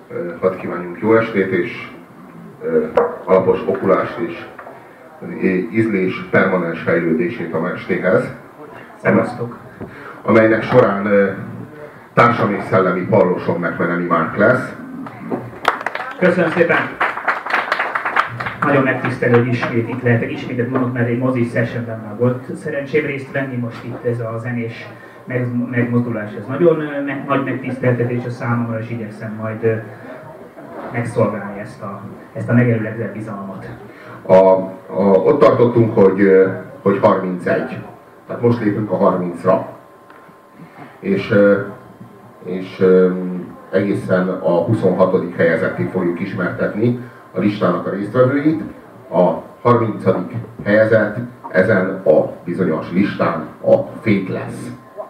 Hadd kívánjunk jó estét és alapos okulást és ízlés permanens fejlődését a mestéhez. Szevasztok! Amelynek során társam és szellemi Pallosom McMenemy Mark lesz. Köszönöm szépen! Nagyon megtisztelő, hogy ismét itt lehetek. Ismétet mondok, mert egy mozi sessionben már volt szerencsém részt venni, most itt ez a zenés megmozdulás, ez nagyon nagy megtiszteltetés a számomra, és igyekszem majd megszolgálni ezt a megerőlegzett bizalmat. Ott tartottunk, hogy 31. Tehát most lépünk a 30-ra. És egészen a 26. helyezettig fogjuk ismertetni a listának a résztvevőit. A 30. helyezett ezen a bizonyos listán a Fate lesz.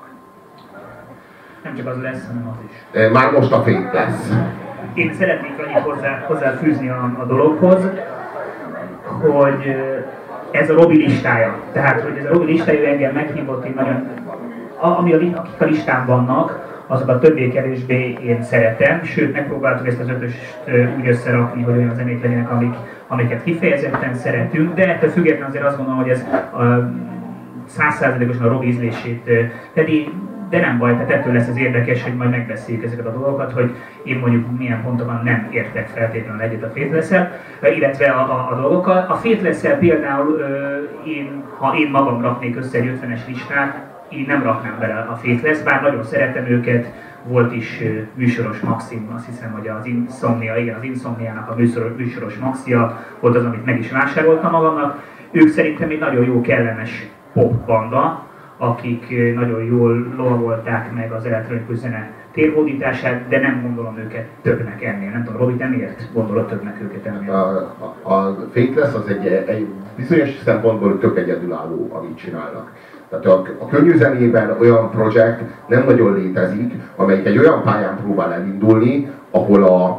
Nem csak az lesz, hanem az is. Már most a Fate lesz. Én szeretnék annyit hozzáfűzni a dologhoz, hogy ez a Robi listája. Tehát, hogy ez a Robi listája engem meghívott, én nagyon, akik a listán vannak, azokat többé-kevésbé én szeretem, sőt megpróbáltuk ezt az ötöst úgy összerakni, hogy olyan zenék legyenek, amiket kifejezetten szeretünk, de ettől függetlenül azért azt gondolom, hogy ez 100%-osan a Robi ízlését pedig, de nem baj, tehát ettől lesz az érdekes, hogy majd megbeszéljük ezeket a dolgokat, hogy én mondjuk milyen pontokon nem értek feltétlenül egyet a Faithless-szel, illetve a dolgokkal. A Faithless-szel például ha én magam raknék össze egy 50-es listát, én nem raknám bele a Faithless, bár nagyon szeretem őket, volt is műsoros Maxim, azt hiszem, hogy az Insomnia, igen, az Insomniának a műsoros Maxia volt az, amit meg is vásároltam magamnak. Ők szerintem egy nagyon jó, kellemes pop banda, akik nagyon jól lovagolták meg az elektronikus zene térhódítását, de nem gondolom őket többnek ennél. Nem tudom, Robi, te miért gondolod többnek őket ennél? A Faithless az egy bizonyos szempontból tök egyedülálló, amit csinálnak. Tehát a könnyű zenében olyan projekt nem nagyon létezik, amelyik egy olyan pályán próbál elindulni, ahol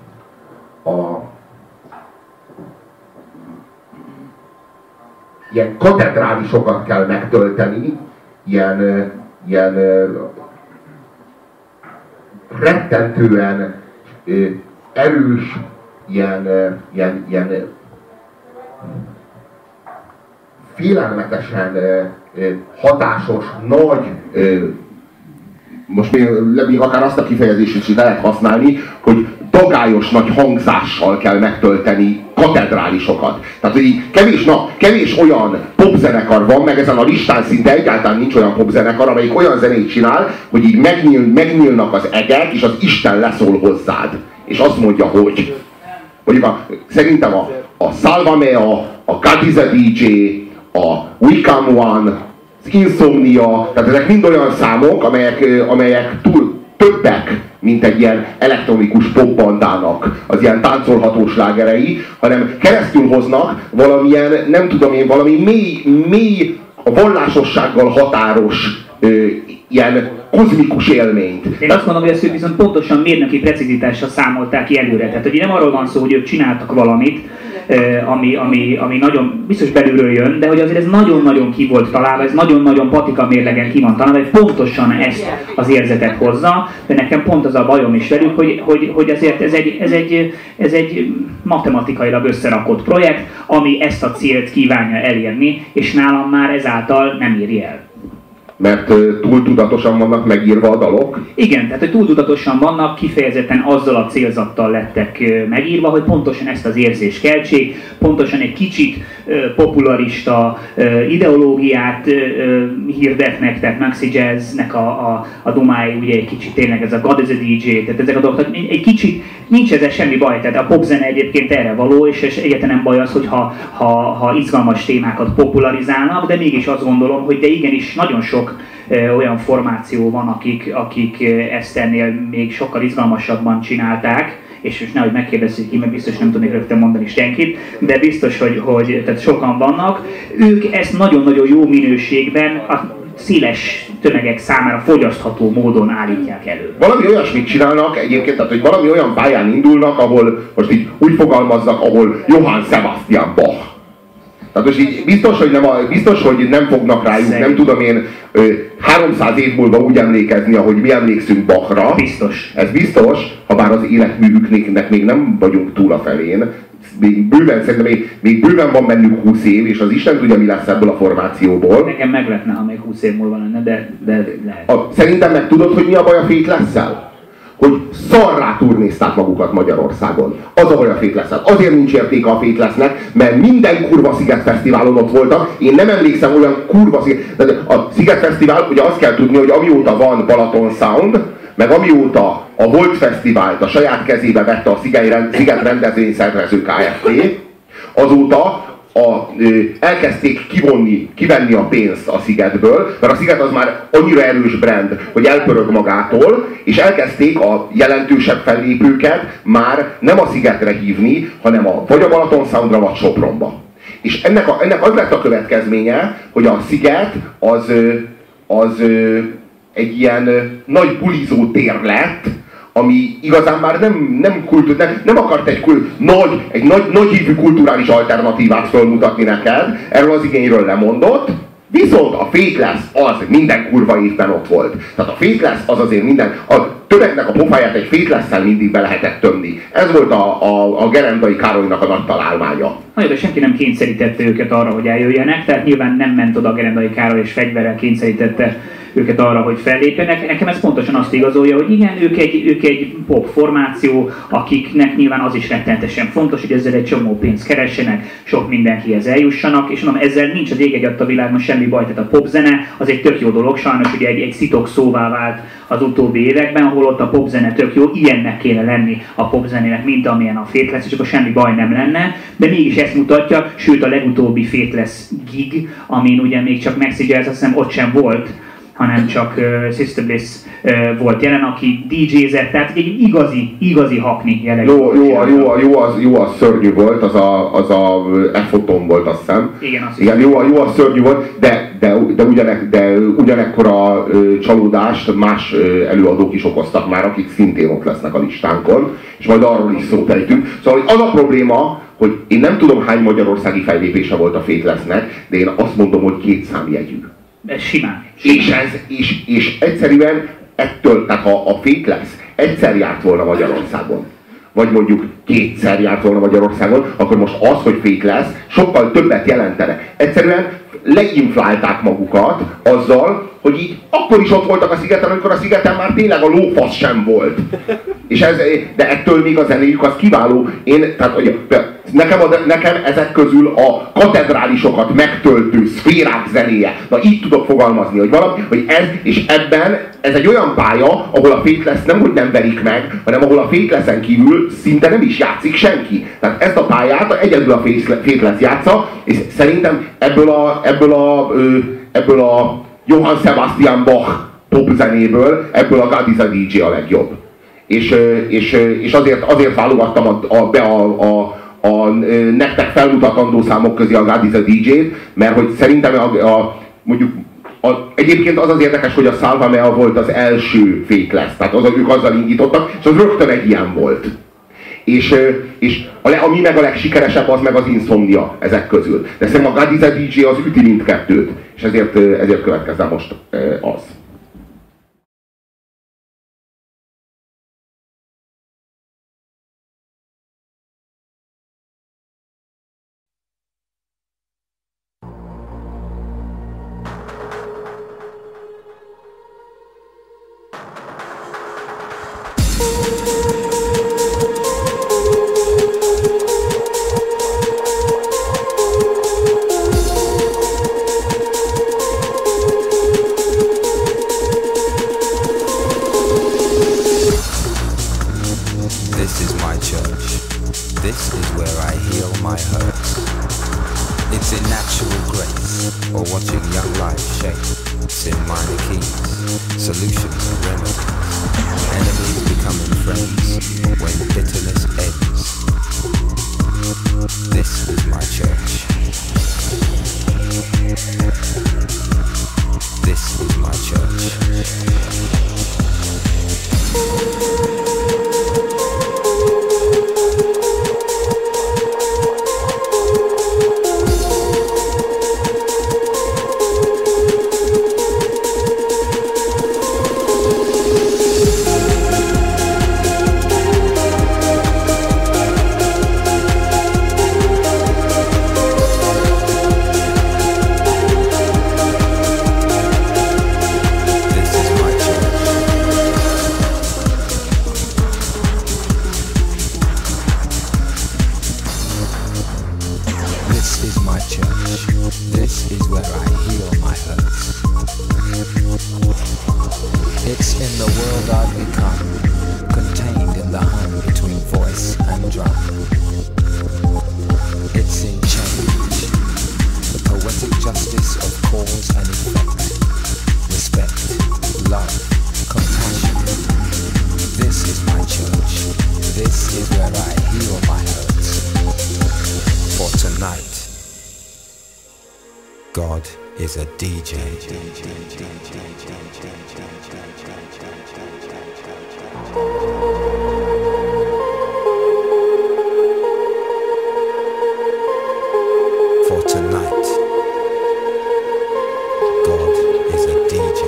ilyen katedrálisokat kell megtölteni, ilyen rettentően erős, ilyen félelmetesen hatásos, nagy, most még akár azt a kifejezést is lehet használni, hogy dagályos nagy hangzással kell megtölteni katedrálisokat. Tehát, hogy kevés olyan popzenekar van, meg ezen a listán szinte egyáltalán nincs olyan popzenekar, amelyik olyan zenét csinál, hogy így megnyílnak az egek, és az Isten leszól hozzád. És azt mondja, hogy mondjuk szerintem a Salva Mea, a God is a DJ, a We Come One, az Insomnia, tehát ezek mind olyan számok, amelyek többek, mint egy ilyen elektronikus popbandának az ilyen táncolható slágerei, hanem keresztül hoznak valamilyen, nem tudom én, valami mély a vallásossággal határos ilyen kozmikus élményt. Én azt mondom, hogy ezt ők viszont pontosan mérnöki precizitással számolták ki előre. Tehát, hogy nem arról van szó, hogy ők csináltak valamit, ami nagyon biztos belülről jön, de hogy azért ez nagyon-nagyon ki volt találva, ez nagyon-nagyon patika mérlegen ki van találva, hogy pontosan ezt az érzetet hozza, de nekem pont az a bajom is velük, hogy azért ez egy matematikailag összerakott projekt, ami ezt a célt kívánja elérni, és nálam már ezáltal nem éri el. Mert túl tudatosan vannak megírva a dalok? Igen, tehát hogy túl tudatosan vannak, kifejezetten azzal a célzattal lettek megírva, hogy pontosan ezt az érzést keltsék, pontosan egy kicsit popularista ideológiát hirdetnek, tehát Maxi Jazznek a dumái, ugye egy kicsit tényleg ez a God is a DJ, tehát ezek a dolgok, tehát egy kicsit nincs ezzel semmi baj, tehát a popzene egyébként erre való, és egyáltalán nem baj az, hogy ha izgalmas témákat popularizálnak, de mégis azt gondolom, hogy de igenis nagyon sok olyan formáció van, akik ezt ennél még sokkal izgalmasabban csinálták, és most nehogy megkérdezzük ki, mert biztos nem tudnék rögtön mondani senkit, de biztos, hogy tehát sokan vannak. Ők ezt nagyon-nagyon jó minőségben, a széles tömegek számára fogyasztható módon állítják elő. Valami olyasmit csinálnak egyébként, tehát hogy valami olyan pályán indulnak, ahol most így úgy fogalmaznak, ahol Johann Sebastian Bach. Tehát most így biztos, hogy nem fognak rájuk, nem tudom én, 300 év múlva úgy emlékezni, ahogy mi emlékszünk Bachra. Biztos. Ez biztos, ha bár az életművüknek még nem vagyunk túl a felén. Szerintem még bőven van bennük 20 év, és az Isten tudja, mi lesz ebből a formációból. Nekem meglepne, ha még 20 év múlva lenne, de lehet. Szerintem meg tudod, hogy mi a baj a Faithless-szel? Hogy szarrá turnézták magukat Magyarországon. Az a baj a Faithless-szel. Azért nincs értéke a Faithlessnek, mert minden kurva Sziget Fesztiválon ott voltak. Én nem emlékszem olyan kurva a Sziget Fesztivál, ugye azt kell tudni, hogy amióta van Balaton Sound, meg amióta a Volt Fesztivált a saját kezébe vette a Sziget rendezvényszervező Kft., azóta elkezdték kivenni a pénzt a Szigetből, mert a Sziget az már annyira erős brand, hogy elpörög magától, és elkezdték a jelentősebb fellépőket már nem a Szigetre hívni, hanem vagy a Balaton Soundra, vagy Sopronba. És ennek az lett a következménye, hogy a Sziget az egy ilyen nagy bulizó tér lett, ami igazán már nem akart egy nagy hívű kulturális alternatívát fölmutatni neked, erről az igényről lemondott, viszont a Faithless az minden kurva évben ott volt. Tehát a Faithless az azért a tömegnek a pofáját egy Faithless-szel mindig be lehetett tömni. Ez volt a Gerendai Károlynak a nagy találmánya. Nagyon, de senki nem kényszerítette őket arra, hogy eljöjjenek, tehát nyilván nem ment oda a Gerendai Károly és fegyverrel kényszerítette őket arra, hogy fellépjenek. Nekem ez pontosan azt igazolja, hogy igen, ők egy pop formáció, akiknek nyilván az is rettenetesen fontos, hogy ezzel egy csomó pénzt keressenek, sok mindenkihez eljussanak, és mondom, ezzel nincs az ég egyatt a világban semmi baj, tehát a popzene az egy tök jó dolog, sajnos ugye egy szitok szóvá vált az utóbbi években, ahol ott a popzene tök jó, ilyennek kéne lenni a popzenének, mint amilyen a Faithless, és akkor semmi baj nem lenne, de mégis ezt mutatja, sőt a legutóbbi Faithless gig, amin ugye még csak Maxi Jazz, azt hiszem ott sem volt, hanem csak Sister Bliss volt jelen, aki DJ-zett, tehát egy igazi hakni jellegű. Jó, az szörnyű volt, az a F-foton volt, azt hiszem. Igen, jó, az szörnyű volt, de ugyanekkora csalódást más előadók is okoztak már, akik szintén ott lesznek a listánkon, és majd arról is szót ejtünk. Szóval az a probléma, hogy én nem tudom hány magyarországi fellépése volt a Faithlessnek, de én azt mondom, hogy 2 számjegyű. Simán. És egyszerűen ettől, tehát ha a Faithless egyszer járt volna Magyarországon, vagy mondjuk 2-szer járt volna Magyarországon, akkor most az, hogy Faithless sokkal többet jelentene. Egyszerűen leinflálták magukat azzal, hogy így akkor is ott voltak a Szigeten, amikor a Szigeten már tényleg a lófasz sem volt. De ettől még a zenéjük az kiváló. Nekem ezek közül a katedrálisokat megtöltő szférák zenéje. Na így tudok fogalmazni, hogy ez és ebben ez egy olyan pálya, ahol a Faithless nemhogy nem verik meg, hanem ahol a Faithless-en kívül szinte nem is játszik senki. Tehát ezt a pályát egyedül a Faithless játsza, és szerintem ebből a Johann Sebastian Bach popzenéből, ebből a God is a DJ a legjobb. És azért válogattam a nektek felmutatandó számok közé a God is a DJ-t, mert hogy szerintem egyébként az érdekes, hogy a Salva Mea volt az első Faithless, tehát ők azzal indítottak, és az rögtön egy ilyen volt. És ami meg a legsikeresebb, az meg az Insomnia ezek közül. De szerintem a God is a DJ az üti mindkettőt, és ezért következzen most az. This is where I heal my hurts. For tonight, God is a DJ. For tonight, God is a DJ.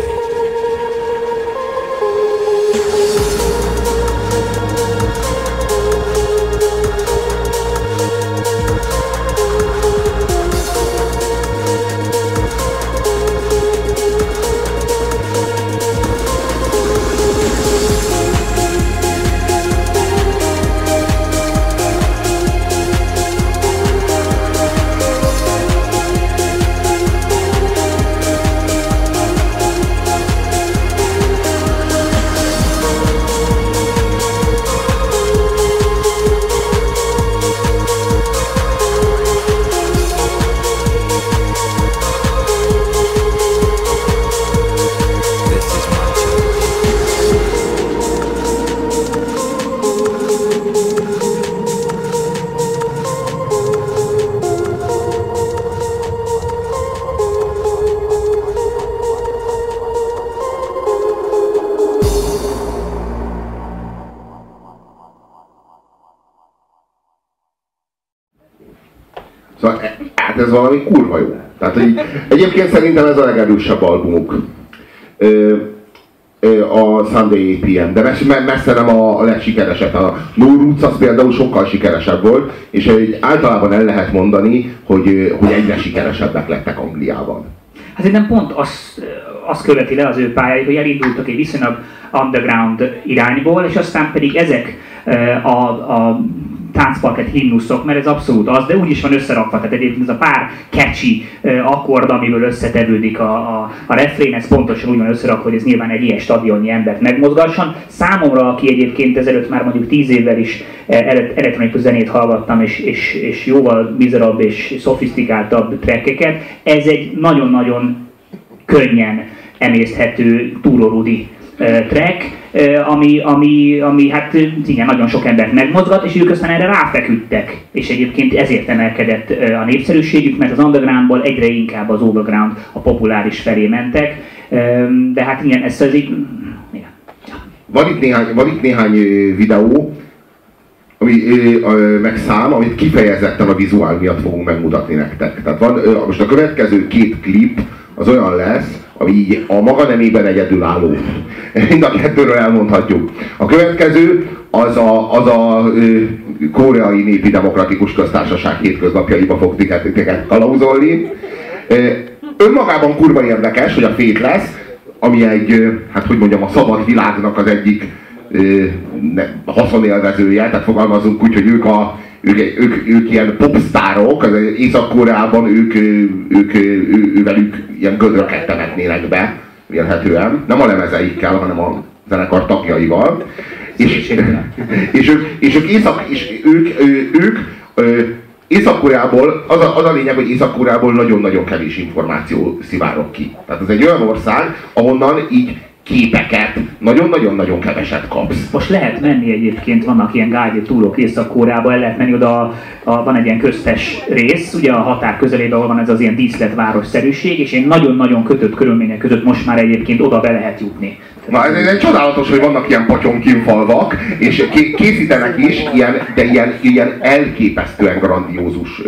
Szóval hát ez valami kurva jó. Tehát, hogy egyébként szerintem ez a legerősebb albumuk. A Sunday APM, de messze nem a legsikeresebb. A No Roots az például sokkal sikeresebb volt, és általában el lehet mondani, hogy egyre sikeresebbek lettek Angliában. Hát szerintem pont azt követi le az ő pályájuk, hogy elindultak egy viszonylag underground irányból, és aztán pedig ezek a táncparkett himnuszok, mert ez abszolút az, de úgy is van összerakva, tehát egyébként ez a pár catchy akkord, amiből összetevődik a refrén, ez pontosan úgy van összerakva, hogy ez nyilván egy ilyen stadionnyi embert megmozgasson. Számomra, aki egyébként ezelőtt már mondjuk 10 évvel is elektronikus zenét hallgattam, és jóval bizarabb és szofisztikáltabb trackeket, ez egy nagyon-nagyon könnyen emészthető túlórudi track, ami hát igen, nagyon sok embert megmozgat, és ők aztán erre ráfeküdtek, és egyébként ezért emelkedett a népszerűségük, mert az undergroundból egyre inkább az overground, a populáris felé mentek, de hát igen, ez az így... Igen. Van itt néhány videó, meg szám, amit kifejezetten a vizuál miatt fogunk megmutatni nektek. Tehát van, most a következő 2 klip az olyan lesz, ami így a maga nemében egyedülálló. Mind a kettőről elmondhatjuk. A következő az a Koreai Népi Demokratikus Köztársaság hétköznapjaiba fog titeket kalauzolni. Önmagában kurva érdekes, hogy a Faithless, ami egy, hát hogy mondjam, a szabad világnak az egyik haszonélvezője, tehát fogalmazunk úgy, hogy ők ilyen popstárok, az Észak-Koreában ővelük ilyen gödröket temetnének be, vélhetően. Nem a lemezeikkel, hanem a zenekar tagjaival. És ők Észak-Koreából, az a lényeg, hogy Észak-Koreából nagyon-nagyon kevés információ szivárog ki. Tehát ez egy olyan ország, ahonnan így képeket nagyon-nagyon-nagyon keveset kapsz. Most lehet menni egyébként, vannak ilyen guided túrok Észak-Koreába, el lehet menni oda, van egy ilyen köztes rész, ugye a határ közelében, ahol van ez az ilyen díszletvárosszerűség, és egy nagyon-nagyon kötött körülmények között most már egyébként oda be lehet jutni. Na, ez egy csodálatos, hogy vannak ilyen patyonkinfalvak, és készítenek is ilyen elképesztően grandiózus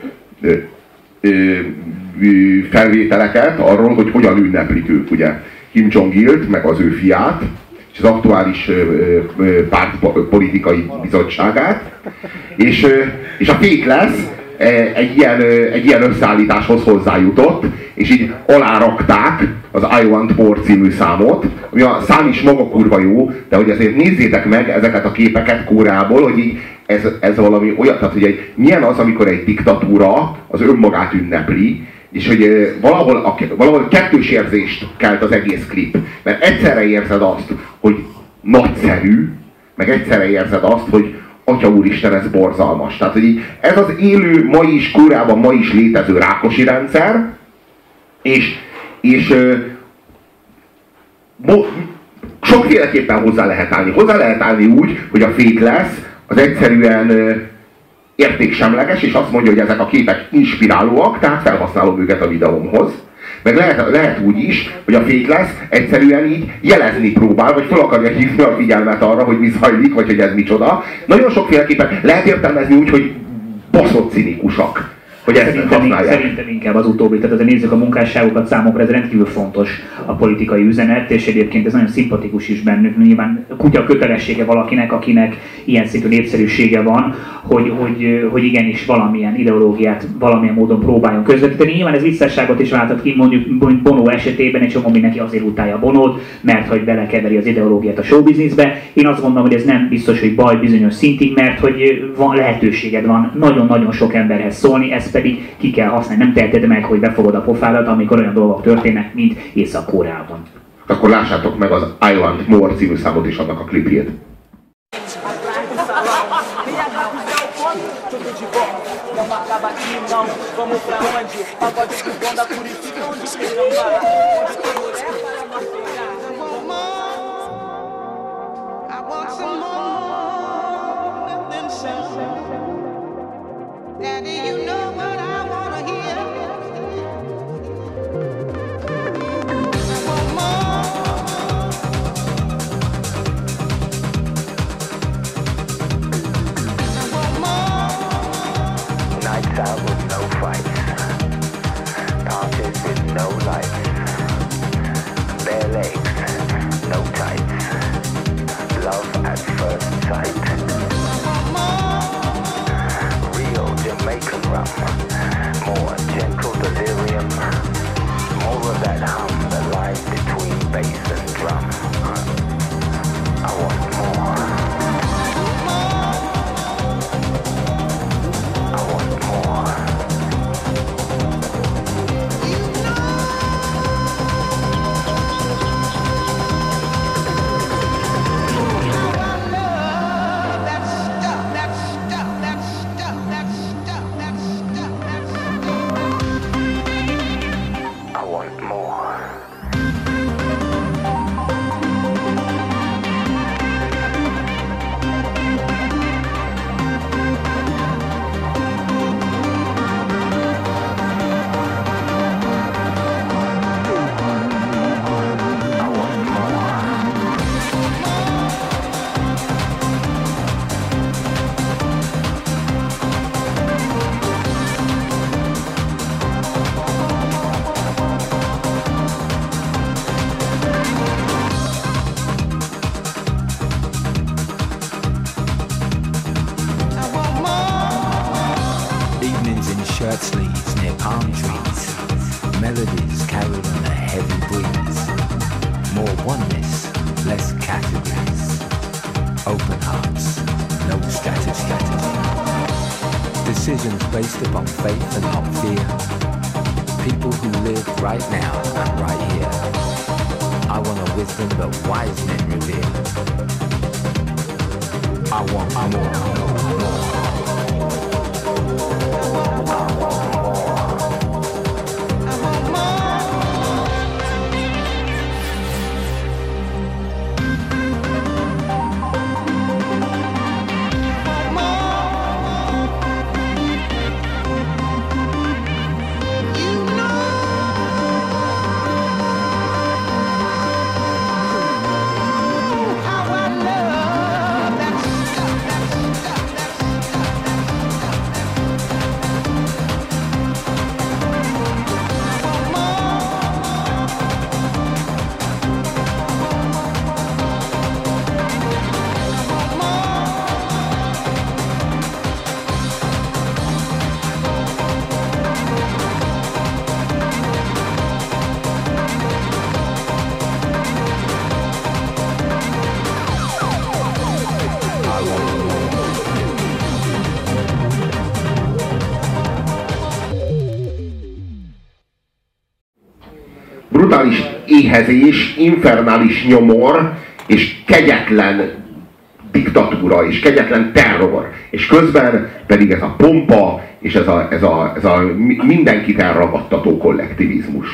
felvételeket arról, hogy hogyan ünneplik ők, ugye. Kim Jong-ilt, meg az ő fiát, és az aktuális pártpolitikai bizottságát, és a Faithless egy ilyen összeállításhoz hozzájutott, és így alárakták az I Want More című számot, ami a szám is maga kurva jó, de hogy azért nézzétek meg ezeket a képeket Koreából, hogy így ez valami olyan, tehát hogy milyen az, amikor egy diktatúra az önmagát ünnepli, és hogy valahol kettős érzést kelt az egész klip. Mert egyszerre érzed azt, hogy nagyszerű, meg egyszerre érzed azt, hogy Atya Úristen, ez borzalmas. Tehát, hogy így, ez az élő, Koreában ma is létező Rákosi rendszer, és sokféleképpen hozzá lehet állni. Hozzá lehet állni úgy, hogy a Faithless az egyszerűen értéksemleges, és azt mondja, hogy ezek a képek inspirálóak, tehát felhasználom őket a videómhoz. Meg lehet úgy is, hogy a Faithless egyszerűen így jelezni próbál, vagy fel akarja hívni a figyelmet arra, hogy mi zajlik, vagy hogy ez micsoda. Nagyon sokféleképpen lehet értelmezni úgy, hogy baszott cinikusak, hogy ezt használják. Szerintem inkább az utóbbi, tehát azért nézzük a munkásságokat, számokra ez rendkívül fontos a politikai üzenet, és egyébként ez nagyon szimpatikus is bennük. Nyilván kutya kötelessége valakinek, akinek ilyen szintű népszerűsége van, hogy igenis valamilyen ideológiát valamilyen módon próbáljon közvetíteni. Nyilván ez visszásságot is váltott ki, mondjuk Bono esetében egy csomó mindenki azért utálja Bonót, mert hogy belekeveri az ideológiát a showbizniszbe. Én azt gondolom, hogy ez nem biztos, hogy baj bizonyos szintig, mert hogy lehetőséged van nagyon-nagyon sok emberhez szólni, ezt pedig ki kell használni. Nem teheted meg, hogy befogod a pofádat, amikor olyan dolgok történnek, mint Észak-Koreában. Akkor lássátok meg az I Want More című számot és annak a klipjét. Daddy, you know what I wanna hear. I want more. I want more. Nights out with no fights, parties with no lights, bare legs, no tights, love at first sight. Jamaican rum, more gentle delirium, more of that hum that lies between bass and drum. I want more. I want more. Shirt sleeves near palm trees, melodies carried on a heavy breeze. More oneness, less categories. Open hearts, no strategy. Decisions based upon faith and not fear. People who live right now and right here. I want a wisdom that wise men revere. I want more. Brutális éhezés, infernális nyomor, és kegyetlen diktatúra, és kegyetlen terror. És közben pedig ez a pompa, és ez a mindenkit elragadtató kollektivizmus.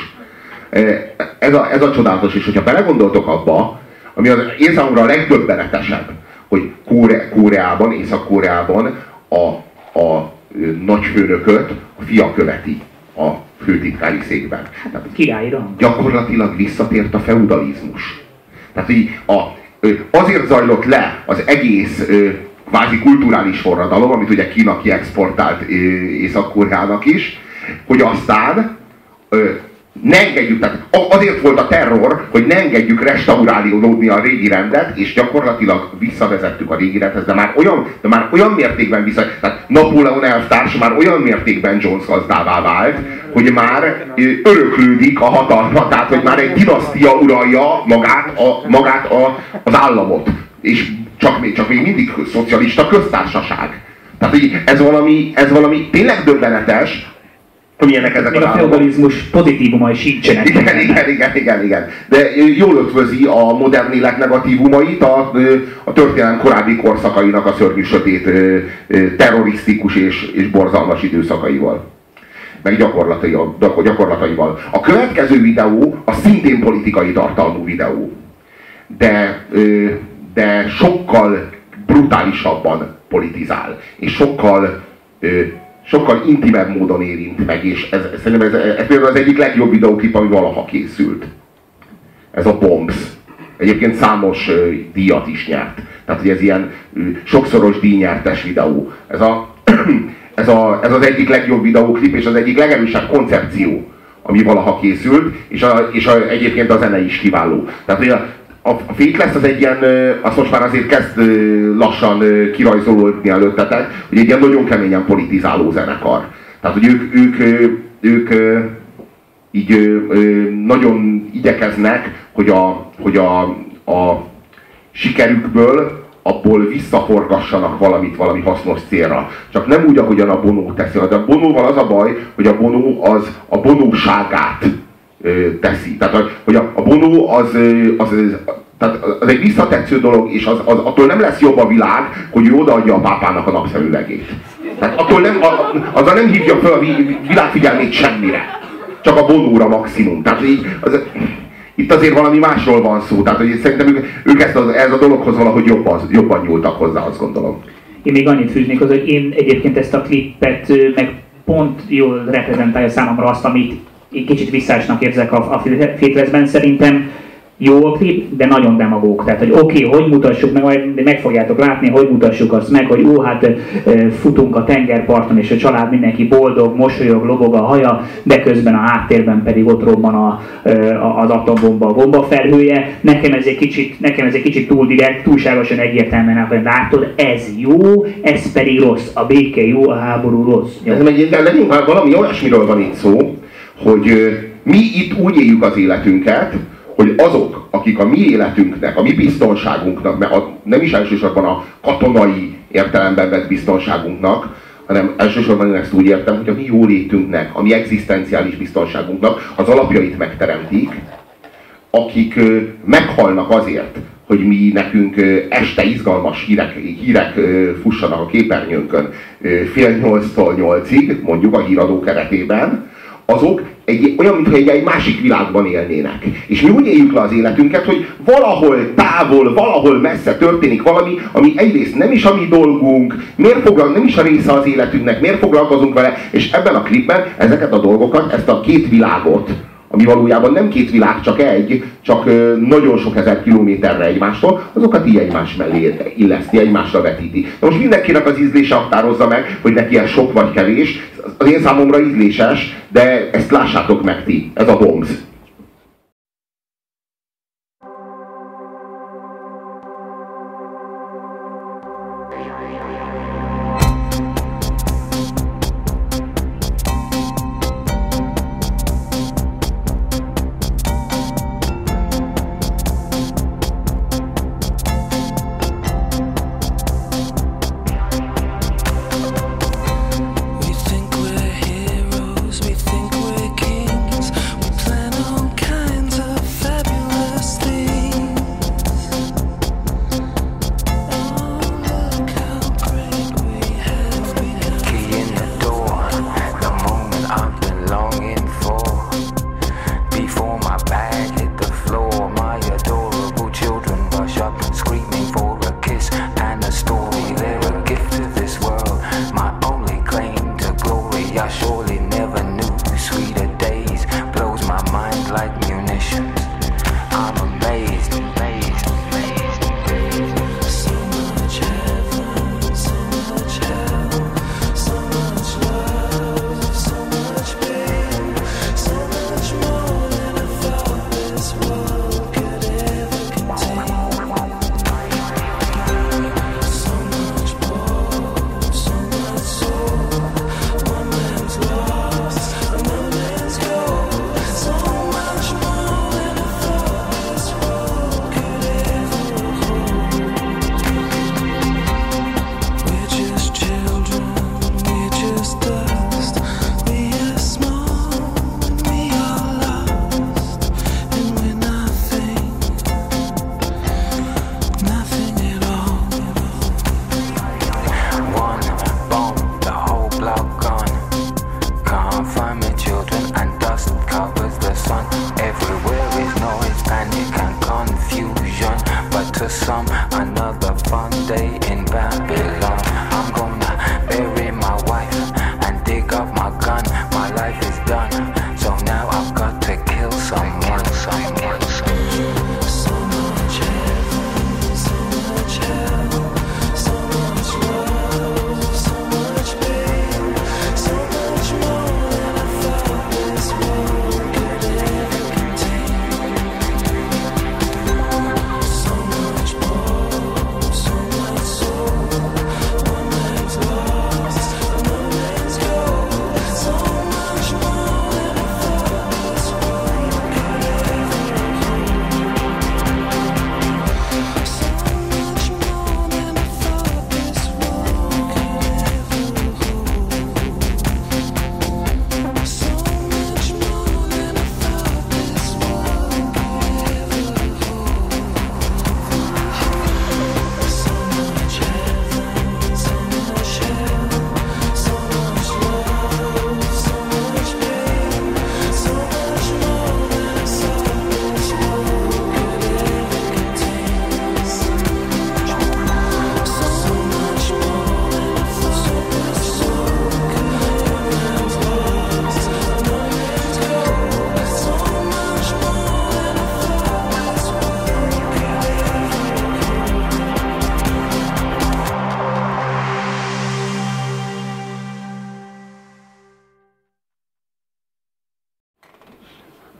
Ez a csodálatos, és hogyha belegondoltok abba, ami az én számomra a legdöbbenetesebb, hogy Koreában, Észak-Koreában a nagyfőnököt a fia követi a főtitkári székben. Tehát Királyi rang. gyakorlatilag visszatért a feudalizmus. Tehát így azért zajlott le az egész kvázi kulturális forradalom, amit ugye Kína kiexportált Észak-Koreának is, hogy aztán ne engedjük, tehát azért volt a terror, hogy ne engedjük restaurálódni a régi rendet, és gyakorlatilag visszavezettük a régi rendhez, de már olyan mértékben tehát Napóleon elvtárs már olyan mértékben Jones gazdává vált, hogy már öröklődik a hatalma, tehát hogy már egy dinasztia uralja magát az államot. És csak még mindig szocialista köztársaság. Tehát ez valami tényleg döbbenetes, milyenek ezek még a feudalizmus pozitívumai sincsenek. Igen. De jól ötvözi a modern élet negatívumait a történelem korábbi korszakainak a szörnyű sötét, terrorisztikus és borzalmas időszakaival. Meg gyakorlataival. A következő videó a szintén politikai tartalmú videó. De sokkal brutálisabban politizál. És sokkal intimebb módon érint meg, és szerintem ez például az egyik legjobb videóklip, ami valaha készült. Ez a Bombs. Egyébként számos díjat is nyert. Tehát, hogy ez ilyen sokszoros díjnyertes videó. Ez az egyik legjobb videóklip, és az egyik legerősebb koncepció, ami valaha készült, és egyébként a zene is kiváló. Tehát, a Faithless az egy ilyen, azt most már azért kezd lassan kirajzolódni előttetek, hogy egy ilyen nagyon keményen politizáló zenekar. Tehát, hogy ők így nagyon igyekeznek, hogy a sikerükből abból visszaforgassanak valami hasznos célra. Csak nem úgy, ahogyan a Bono teszi. De a Bonóval az a baj, hogy a Bono az a bonóságát teszi. Tehát, hogy a Bono tehát az egy visszatetsző dolog, és attól nem lesz jobb a világ, hogy ő odaadja a pápának a napszemüvegét. Tehát azzal nem hívja fel a világ figyelmét semmire. Csak a Bonóra maximum. Tehát itt azért valami másról van szó. Tehát hogy szerintem ők ez a dologhoz valahogy jobban nyúltak hozzá, azt gondolom. Én még annyit fűznék hozzá, hogy én egyébként ezt a klippet meg pont jól reprezentálja számomra azt, amit én kicsit visszásnak érzek a Faithlessben. Szerintem jó a klip, de nagyon demagóg. Tehát, hogy oké, hogy mutassuk meg, majd meg fogjátok látni, hogy mutassuk azt meg, hogy hát futunk a tengerparton, és a család mindenki boldog, mosolyog, lobog a haja, de közben a háttérben pedig ott robban az atombomba, a bombafelhője. Nekem ez egy kicsit túl direkt, túlságosan egyértelműen, hogy látod, ez jó, ez pedig rossz. A béke jó, a háború rossz. Ez leginkább valami olyasmiről van itt szó, hogy mi itt úgy éljük az életünket, hogy azok, akik a mi életünknek, a mi biztonságunknak, nem is elsősorban a katonai értelemben vett biztonságunknak, hanem elsősorban én ezt úgy értem, hogy a mi jólétünknek, a mi egzisztenciális biztonságunknak az alapjait megteremtik, akik meghalnak azért, hogy mi nekünk este izgalmas hírek fussanak a képernyőnkön 7:30-tól 8-ig, mondjuk a híradó keretében, azok olyan, mintha egy másik világban élnének. És mi úgy éljük le az életünket, hogy valahol távol, valahol messze történik valami, ami egyrészt nem is a mi dolgunk, nem is a része az életünknek, miért foglalkozunk vele, és ebben a klipben ezeket a dolgokat, ezt a két világot, ami valójában nem két világ, csak egy, csak nagyon sok ezer kilométerre egymástól, azokat így egymás mellé illeszti, egymásra vetíti. Na most mindenkinek az ízlése határozza meg, hogy neki ez sok vagy kevés. Az én számomra ízléses, de ezt lássátok meg ti. Ez a Bombs. We think we're heroes, we think we're kings. We plan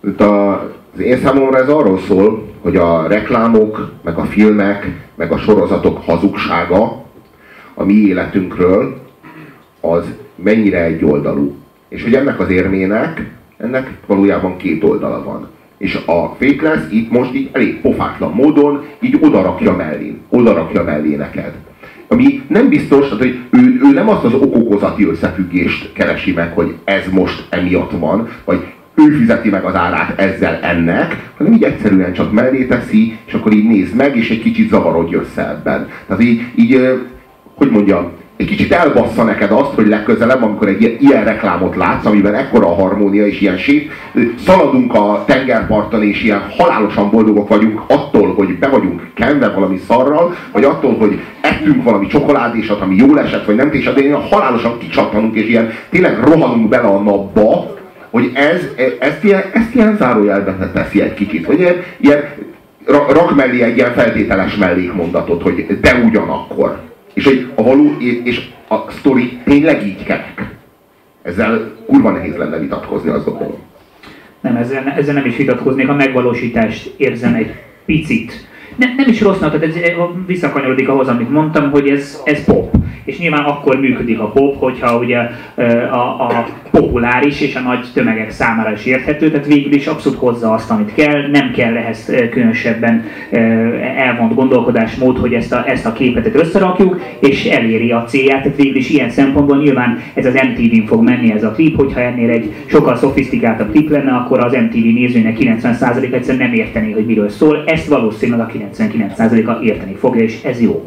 Az én számomra ez arról szól, hogy a reklámok, meg a filmek, meg a sorozatok hazugsága a mi életünkről az mennyire egyoldalú. És hogy ennek az érmének, ennek valójában két oldala van. És a Faithless itt most így elég pofátlan módon így odarakja mellé neked. Ami nem biztos, tehát, hogy ő nem azt az okokozati összefüggést keresi meg, hogy ez most emiatt van, vagy ő fizeti meg az árát ezzel ennek, hanem így egyszerűen csak mellé teszi, és akkor így nézd meg, és egy kicsit zavarodj össze ebben. Tehát így hogy mondjam, egy kicsit elbassza neked azt, hogy legközelebb, amikor egy ilyen reklámot látsz, amiben ekkora a harmónia és ilyen szaladunk a tengerparton, és ilyen halálosan boldogok vagyunk attól, hogy be vagyunk kenve valami szarral, vagy attól, hogy ettünk valami csokoládésat, ami jól esett, vagy nem, és de ilyen halálosan kicsattanunk, és ilyen tényleg rohanunk bele a napba, hogy ezt ilyen zárójelbe teszi egy kicsit, hogy ilyen rak mellé egy ilyen feltételes mellékmondatot, hogy de ugyanakkor. És hogy és a sztori tényleg így kerek. Ezzel kurva nehéz lenne vitatkozni, azt gondolom. Nem, ezzel nem is vitatkoznék, a megvalósítást érzem egy picit. Nem is rossznak, tehát ez visszakanyarodik ahhoz, amit mondtam, hogy ez pop. És nyilván akkor működik a pop, hogyha ugye a populáris és a nagy tömegek számára is érthető, tehát végül is abszolút hozza azt, amit kell, nem kell ehhez különösebben elvont gondolkodásmód, hogy ezt a képet összerakjuk, és eléri a célját, tehát végül is ilyen szempontból nyilván ez az MTV-n fog menni ez a klip, hogyha ennél egy sokkal szofisztikáltabb klip lenne, akkor az MTV nézőinek 90% egyszerűen nem értené, hogy miről szól, ezt valószínűleg a 99%-a érteni fogja, és ez jó.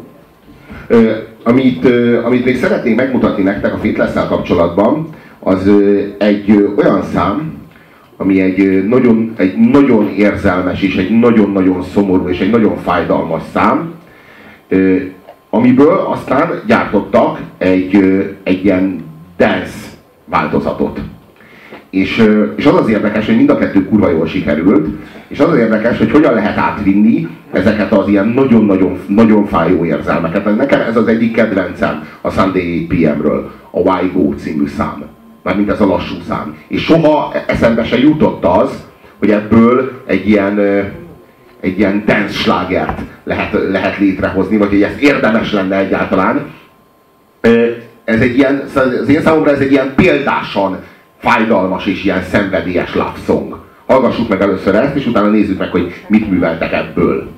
Amit még szeretnék megmutatni nektek a Faithless-szel kapcsolatban, az egy olyan szám, ami egy nagyon érzelmes és egy nagyon-nagyon szomorú és egy nagyon fájdalmas szám, amiből aztán gyártottak egy ilyen dance változatot. És az az érdekes, hogy mind a kettő kurva jól sikerült, és az az érdekes, hogy hogyan lehet átvinni ezeket az ilyen nagyon fájó érzelmeket. Nekem ez az egyik kedvencem a Sunday 8 PM-ről, a Why Go című szám. Mármint ez a lassú szám. És soha eszembe se jutott az, hogy ebből egy ilyen dance slágert lehet létrehozni, vagy hogy ez érdemes lenne egyáltalán. Ez egy ilyen, az én számomra ez egy ilyen példásan fájdalmas és ilyen szenvedélyes love song. Hallgassuk meg először ezt, és utána nézzük meg, hogy mit műveltek ebből.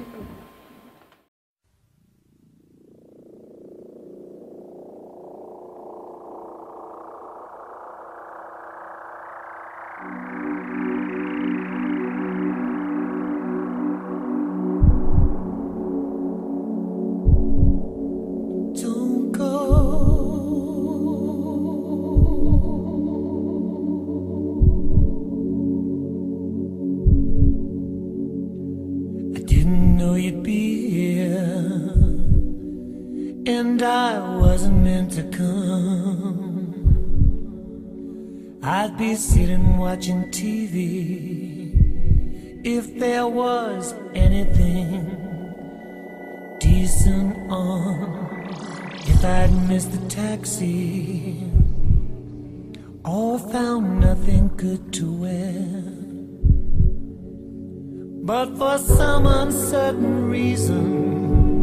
And I wasn't meant to come. I'd be sitting watching TV if there was anything decent on. If I'd missed the taxi or found nothing good to wear, but for some uncertain reason,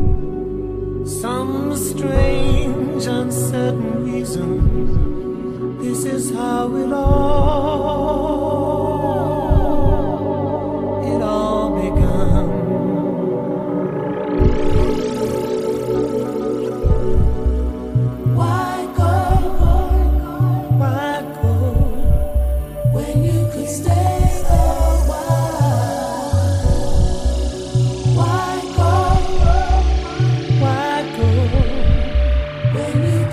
some strange, uncertain reason, this is how it all begun. Why go when you could stay a while? Why go when you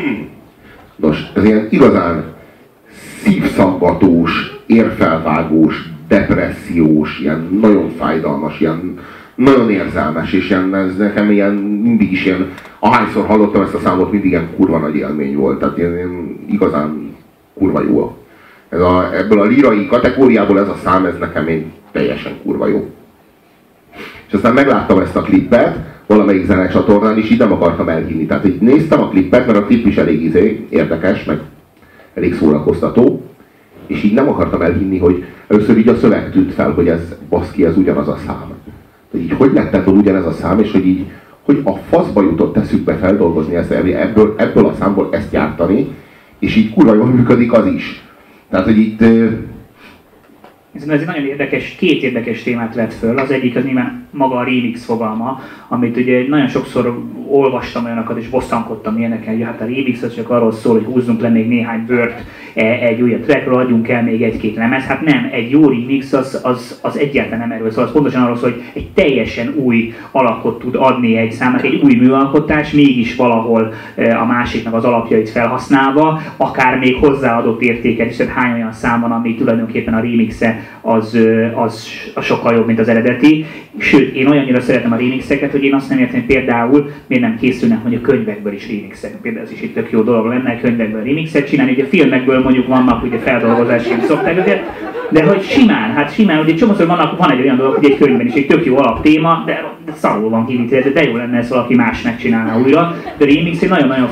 Nos, ez ilyen igazán szívszaggatós, érfelvágós, depressziós, ilyen nagyon fájdalmas, ilyen nagyon érzelmes, és ilyen, ez nekem ilyen, mindig is ilyen, ahányszor hallottam ezt a számot, mindig ilyen kurva nagy élmény volt. Tehát ilyen igazán kurva jó. Ebből a lírai kategóriából ez a szám, ez nekem teljesen kurva jó. És aztán megláttam ezt a klippet valamelyik zenecsatornán, és így nem akartam elhinni. Tehát így néztem a klippet, mert a klip is elég érdekes, meg elég szórakoztató, és így nem akartam elhinni, hogy először így a szöveg tűnt fel, hogy ez baszki, ez ugyanaz a szám. De így hogy lett ebből ugyanez a szám, és hogy így, hogy a faszba jutott eszükbe feldolgozni ezt, ebből a számból ezt gyártani, és így kurva jól működik az is. Tehát, hogy itt... Ez egy nagyon érdekes, két érdekes témát vett föl. Az egyik az nyilván maga a remix fogalma, amit ugye nagyon sokszor olvastam olyanokat és bosszankodtam ilyeneken, hogy hát a remix az csak arról szól, hogy húzzunk le még néhány bört egy újabb trackről, adjunk el még egy-két lemez. Hát nem, egy jó remix az egyáltalán nem erről szól, az pontosan arról szól, hogy egy teljesen új alakot tud adni egy számnak, egy új műalkotás, mégis valahol a másiknak az alapjait felhasználva, akár még hozzáadott értéket, és hány olyan szám van, ami tulajdonképpen a remixe az sokkal jobb, mint az eredeti. Sőt, én olyannyira szeretem a remixeket, hogy én azt nem értem, hogy például miért nem készülnek mondjuk könyvekből is remixek. Például ez is egy tök jó dolog lenne, könyvekből remixet csinálni, ugye filmekből mondjuk vannak ugye feldolgozásként szokták őket, de hogy simán, ugye csomószor van egy olyan dolog, hogy egy könyvben is egy tök jó alaptéma, de szarul van kivitelezve, de jó lenne, ezt valaki más megcsinálna újra. De a remix egy nagyon-nagyon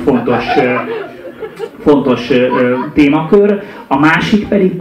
fontos témakör. A másik pedig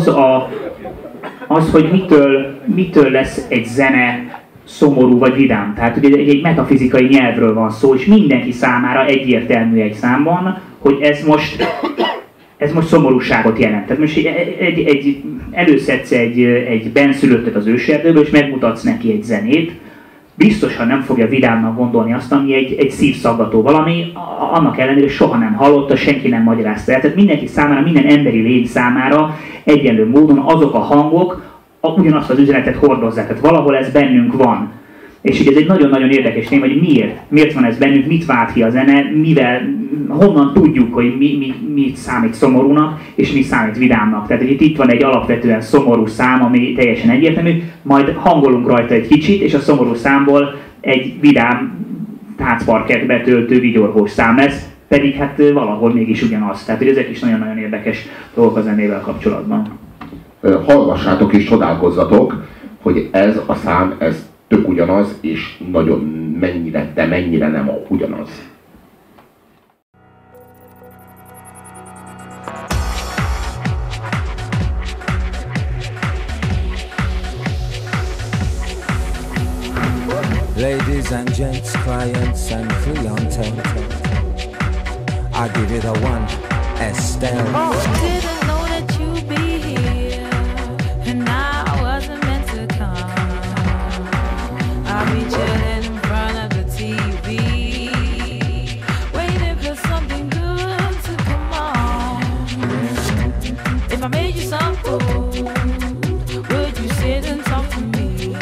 az, hogy mitől lesz egy zene szomorú vagy vidám. Tehát ugye egy metafizikai nyelvről van szó, és mindenki számára egyértelmű egy számban, hogy ez most szomorúságot jelent. Tehát most előszedsz egy benszülöttet az őserdőből, és megmutatsz neki egy zenét, biztosan nem fogja vidámnak gondolni azt, ami egy szívszaggató valami, annak ellenére soha nem hallotta, senki nem magyarázta el. Tehát mindenki számára, minden emberi lény számára egyenlő módon azok a hangok ugyanazt az üzenetet hordozzák. Tehát valahol ez bennünk van. És ugye ez egy nagyon-nagyon érdekes téma, hogy miért van ez bennünk, mit vált ki a zene, honnan tudjuk, hogy mi számít szomorúnak, és mi számít vidámnak. Tehát itt van egy alapvetően szomorú szám, ami teljesen egyértelmű, majd hangolunk rajta egy kicsit, és a szomorú számból egy vidám táncparkett betöltő vigyorgós szám lesz, pedig hát valahol mégis ugyanaz. Tehát hogy ezek is nagyon-nagyon érdekes dolgok a zenével kapcsolatban. Hallgassátok és csodálkozzatok, hogy ez a szám, ez tök ugyanaz, és nagyon mennyire nem ugyanaz. Ladies and gents, clients and clientele, I give it a one, Estelle. Didn't know that you'd be here, and I wasn't meant to come. I'll be chilling in front of the TV, waiting for something good to come on. If I made you some food, would you sit and talk to me?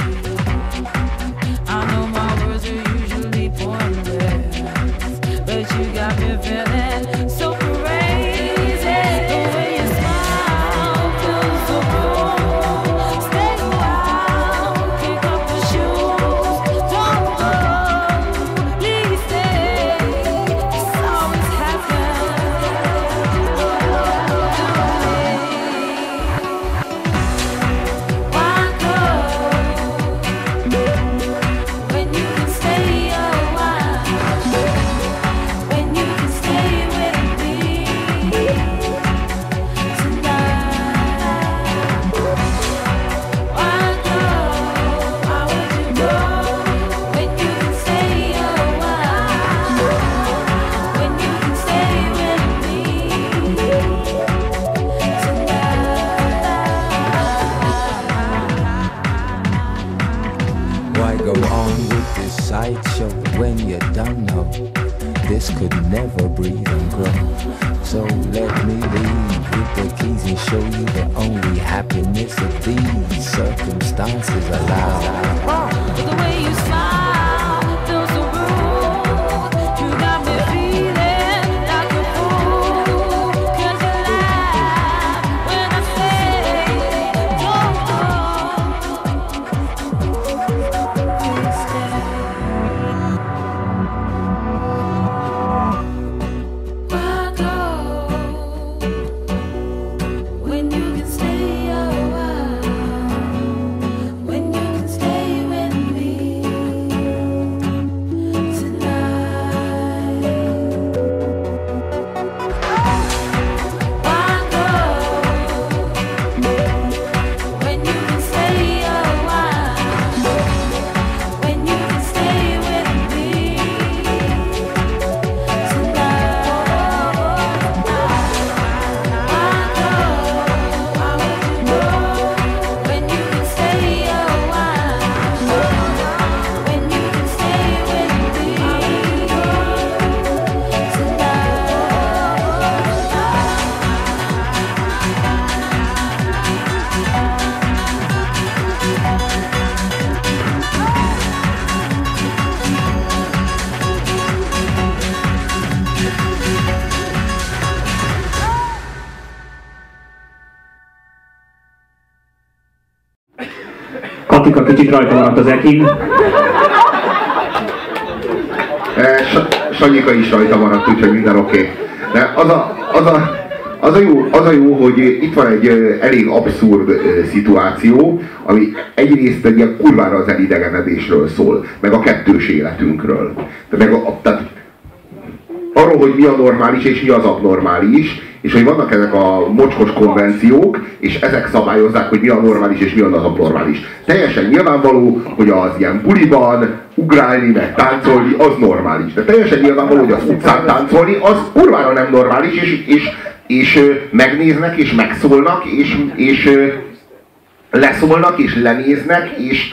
I know my words are usually pointless, but you got me feeling so crazy. The way you smile feels so cool. Stay a while, kick off the shoes. Don't go, please stay. This always happens to me. Why go when you can stay a while? When you can stay with me tonight. Why go? Why would you go when you can stay a while? When you can stay with me tonight. Why go on with this sideshow when you don't know this could never breathe and grow? So let me leave with the keys and show you the only happiness of these circumstances allow. The way you smile feels so rude. You got me feeling like a fool. Atika kicsit rajta maradt az ekin. Sanyika is rajta maradt, úgyhogy minden oké. De az a jó, hogy itt van egy elég abszurd szituáció, ami egyrészt egy ilyen kurvára az elidegenedésről szól, meg a kettős életünkről. Tehát arról, hogy mi a normális és mi az abnormális, és hogy vannak ezek a mocskos konvenciók, és ezek szabályozzák, hogy mi a normális és mi az abnormális. Teljesen nyilvánvaló, hogy az ilyen buliban ugrálni, meg táncolni, az normális. De teljesen nyilvánvaló, hogy az utcán táncolni, az kurvára nem normális, és megnéznek, és megszólnak, és leszólnak, és lenéznek,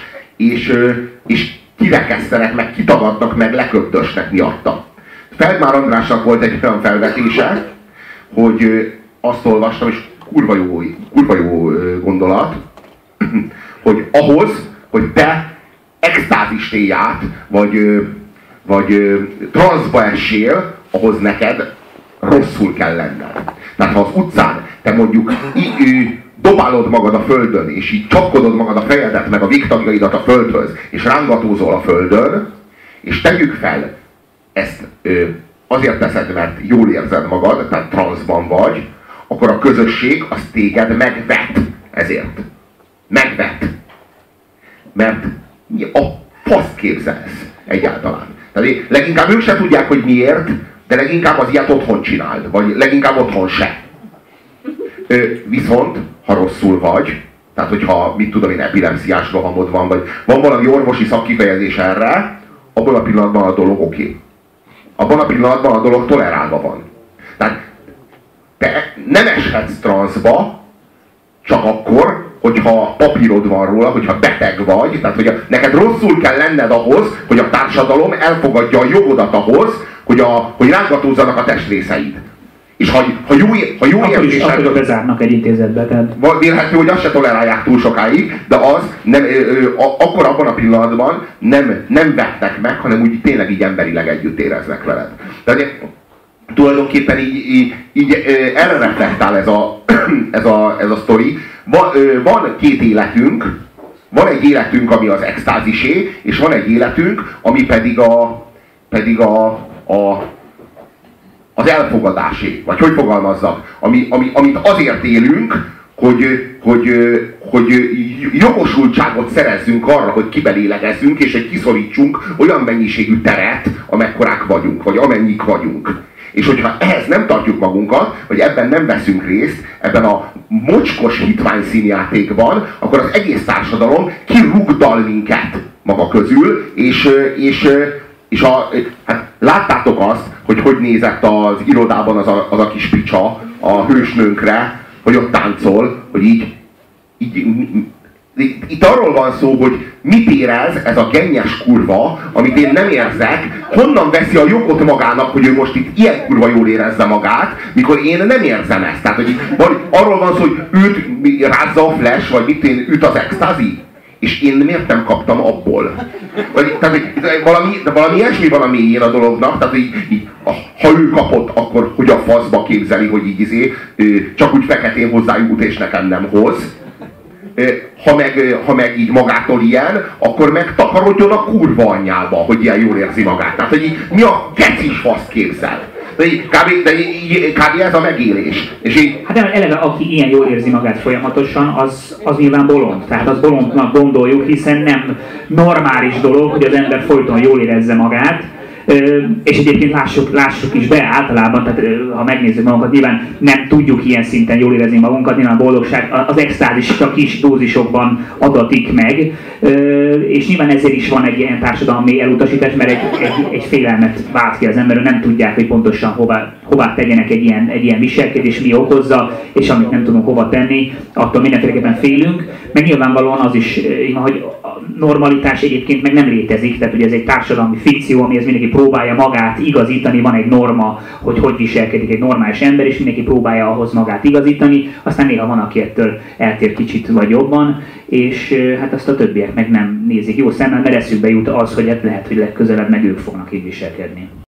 és kirekesztenek, meg kitagadnak, meg leköptösnek miatta. Feldmár Andrásnak volt egy olyan felvetése, hogy azt olvastam, és kurva jó gondolat, hogy ahhoz, hogy te extázist élj át, vagy transzba essél, ahhoz neked rosszul kell lenned. Tehát ha az utcán te mondjuk dobálod magad a földön, és így csapkodod magad a fejedet, meg a végtagjaidat a földhöz, és rángatózol a földön, és tegyük fel, ezt azért teszed, mert jól érzed magad, tehát transzban vagy, akkor a közösség az téged megvet ezért. Megvet. Mert mi a faszt képzelsz egyáltalán. Tehát leginkább ők se tudják, hogy miért, de leginkább az ilyet otthon csináld, vagy leginkább otthon se. Viszont, ha rosszul vagy, tehát hogyha, mit tudom én, epilepsziás rohamod van, vagy van valami orvosi szakkifejezés erre, abban a pillanatban a dolog oké. Abban a pillanatban a dolog tolerálva van. Tehát te nem eshetsz transzba csak akkor, hogyha papírod van róla, hogyha beteg vagy, tehát hogy neked rosszul kell lenned ahhoz, hogy a társadalom elfogadja a jogodat ahhoz, hogy rángatózzanak a testrészeid. És ha jó érzésed... Akkor bezárnak egy intézetbe, tehát... Vélhető, hogy azt se tolerálják túl sokáig, de az nem, akkor abban a pillanatban nem vetnek meg, hanem úgy tényleg így emberileg együtt éreznek veled. Tehát tulajdonképpen így erre reflektál ez a sztori. Van két életünk, van egy életünk, ami az extázisé, és van egy életünk, ami pedig az elfogadásé, vagy hogy fogalmazzak, amit azért élünk, hogy jogosultságot szerezzünk arra, hogy kibelélegezzünk, és hogy kiszorítsunk olyan mennyiségű teret, amekkorák vagyunk, vagy amennyik vagyunk. És hogyha ehhez nem tartjuk magunkat, vagy ebben nem veszünk részt, ebben a mocskos hitványszínjátékban, akkor az egész társadalom kirugdal minket maga közül, és hát láttátok azt, hogy nézett az irodában az a kis picsa a hősnőnkre, hogy ott táncol, hogy így itt arról van szó, hogy mit érez ez a gennyes kurva, amit én nem érzek, honnan veszi a jogot magának, hogy ő most itt ilyen kurva jól érezze magát, mikor én nem érzem ezt. Tehát, hogy arról van szó, hogy őt rázza a flash, vagy mit üt az extázi, és én miért nem kaptam abból? Tehát valami ilyesmi van a mélyén a dolognak, tehát ha ő kapott, akkor hogy a faszba képzeli, hogy így csak úgy feketén hozzájut és nekem nem hoz. Ha meg így magától ilyen, akkor meg takarodjon a kurva anyjába, hogy ilyen jól érzi magát. Tehát, hogy így, mi a gecis faszt képzel? De kb. Ez a megélés. És így... Hát eleve, aki ilyen jól érzi magát folyamatosan, az nyilván bolond. Tehát az bolondnak gondoljuk, hiszen nem normális dolog, hogy az ember folyton jól érezze magát. És egyébként lássuk is be általában, tehát ha megnézzük magunkat, nyilván nem tudjuk ilyen szinten jól érezni magunkat, nyilván a boldogság, az extázis csak kis dózisokban adatik meg, és nyilván ezért is van egy ilyen társadalmi elutasítás, mert egy félelmet vált ki az ember, nem tudják, hogy pontosan hová tegyenek egy ilyen viselkedés, mi okozza, és amit nem tudunk hova tenni, attól mindenféleképpen félünk, meg nyilvánvalóan az is, hogy a normalitás egyébként meg nem létezik, tehát ugye ez egy társadalmi fikció, amihez mindenki próbálja magát igazítani, van egy norma, hogy viselkedik egy normális ember, és mindenki próbálja ahhoz magát igazítani, aztán néha van, aki ettől eltér kicsit vagy jobban, és hát azt a többiek meg nem nézik jó szemmel, mert eszükbe jut az, hogy lehet, hogy legközelebb meg ők fognak így viselkedni.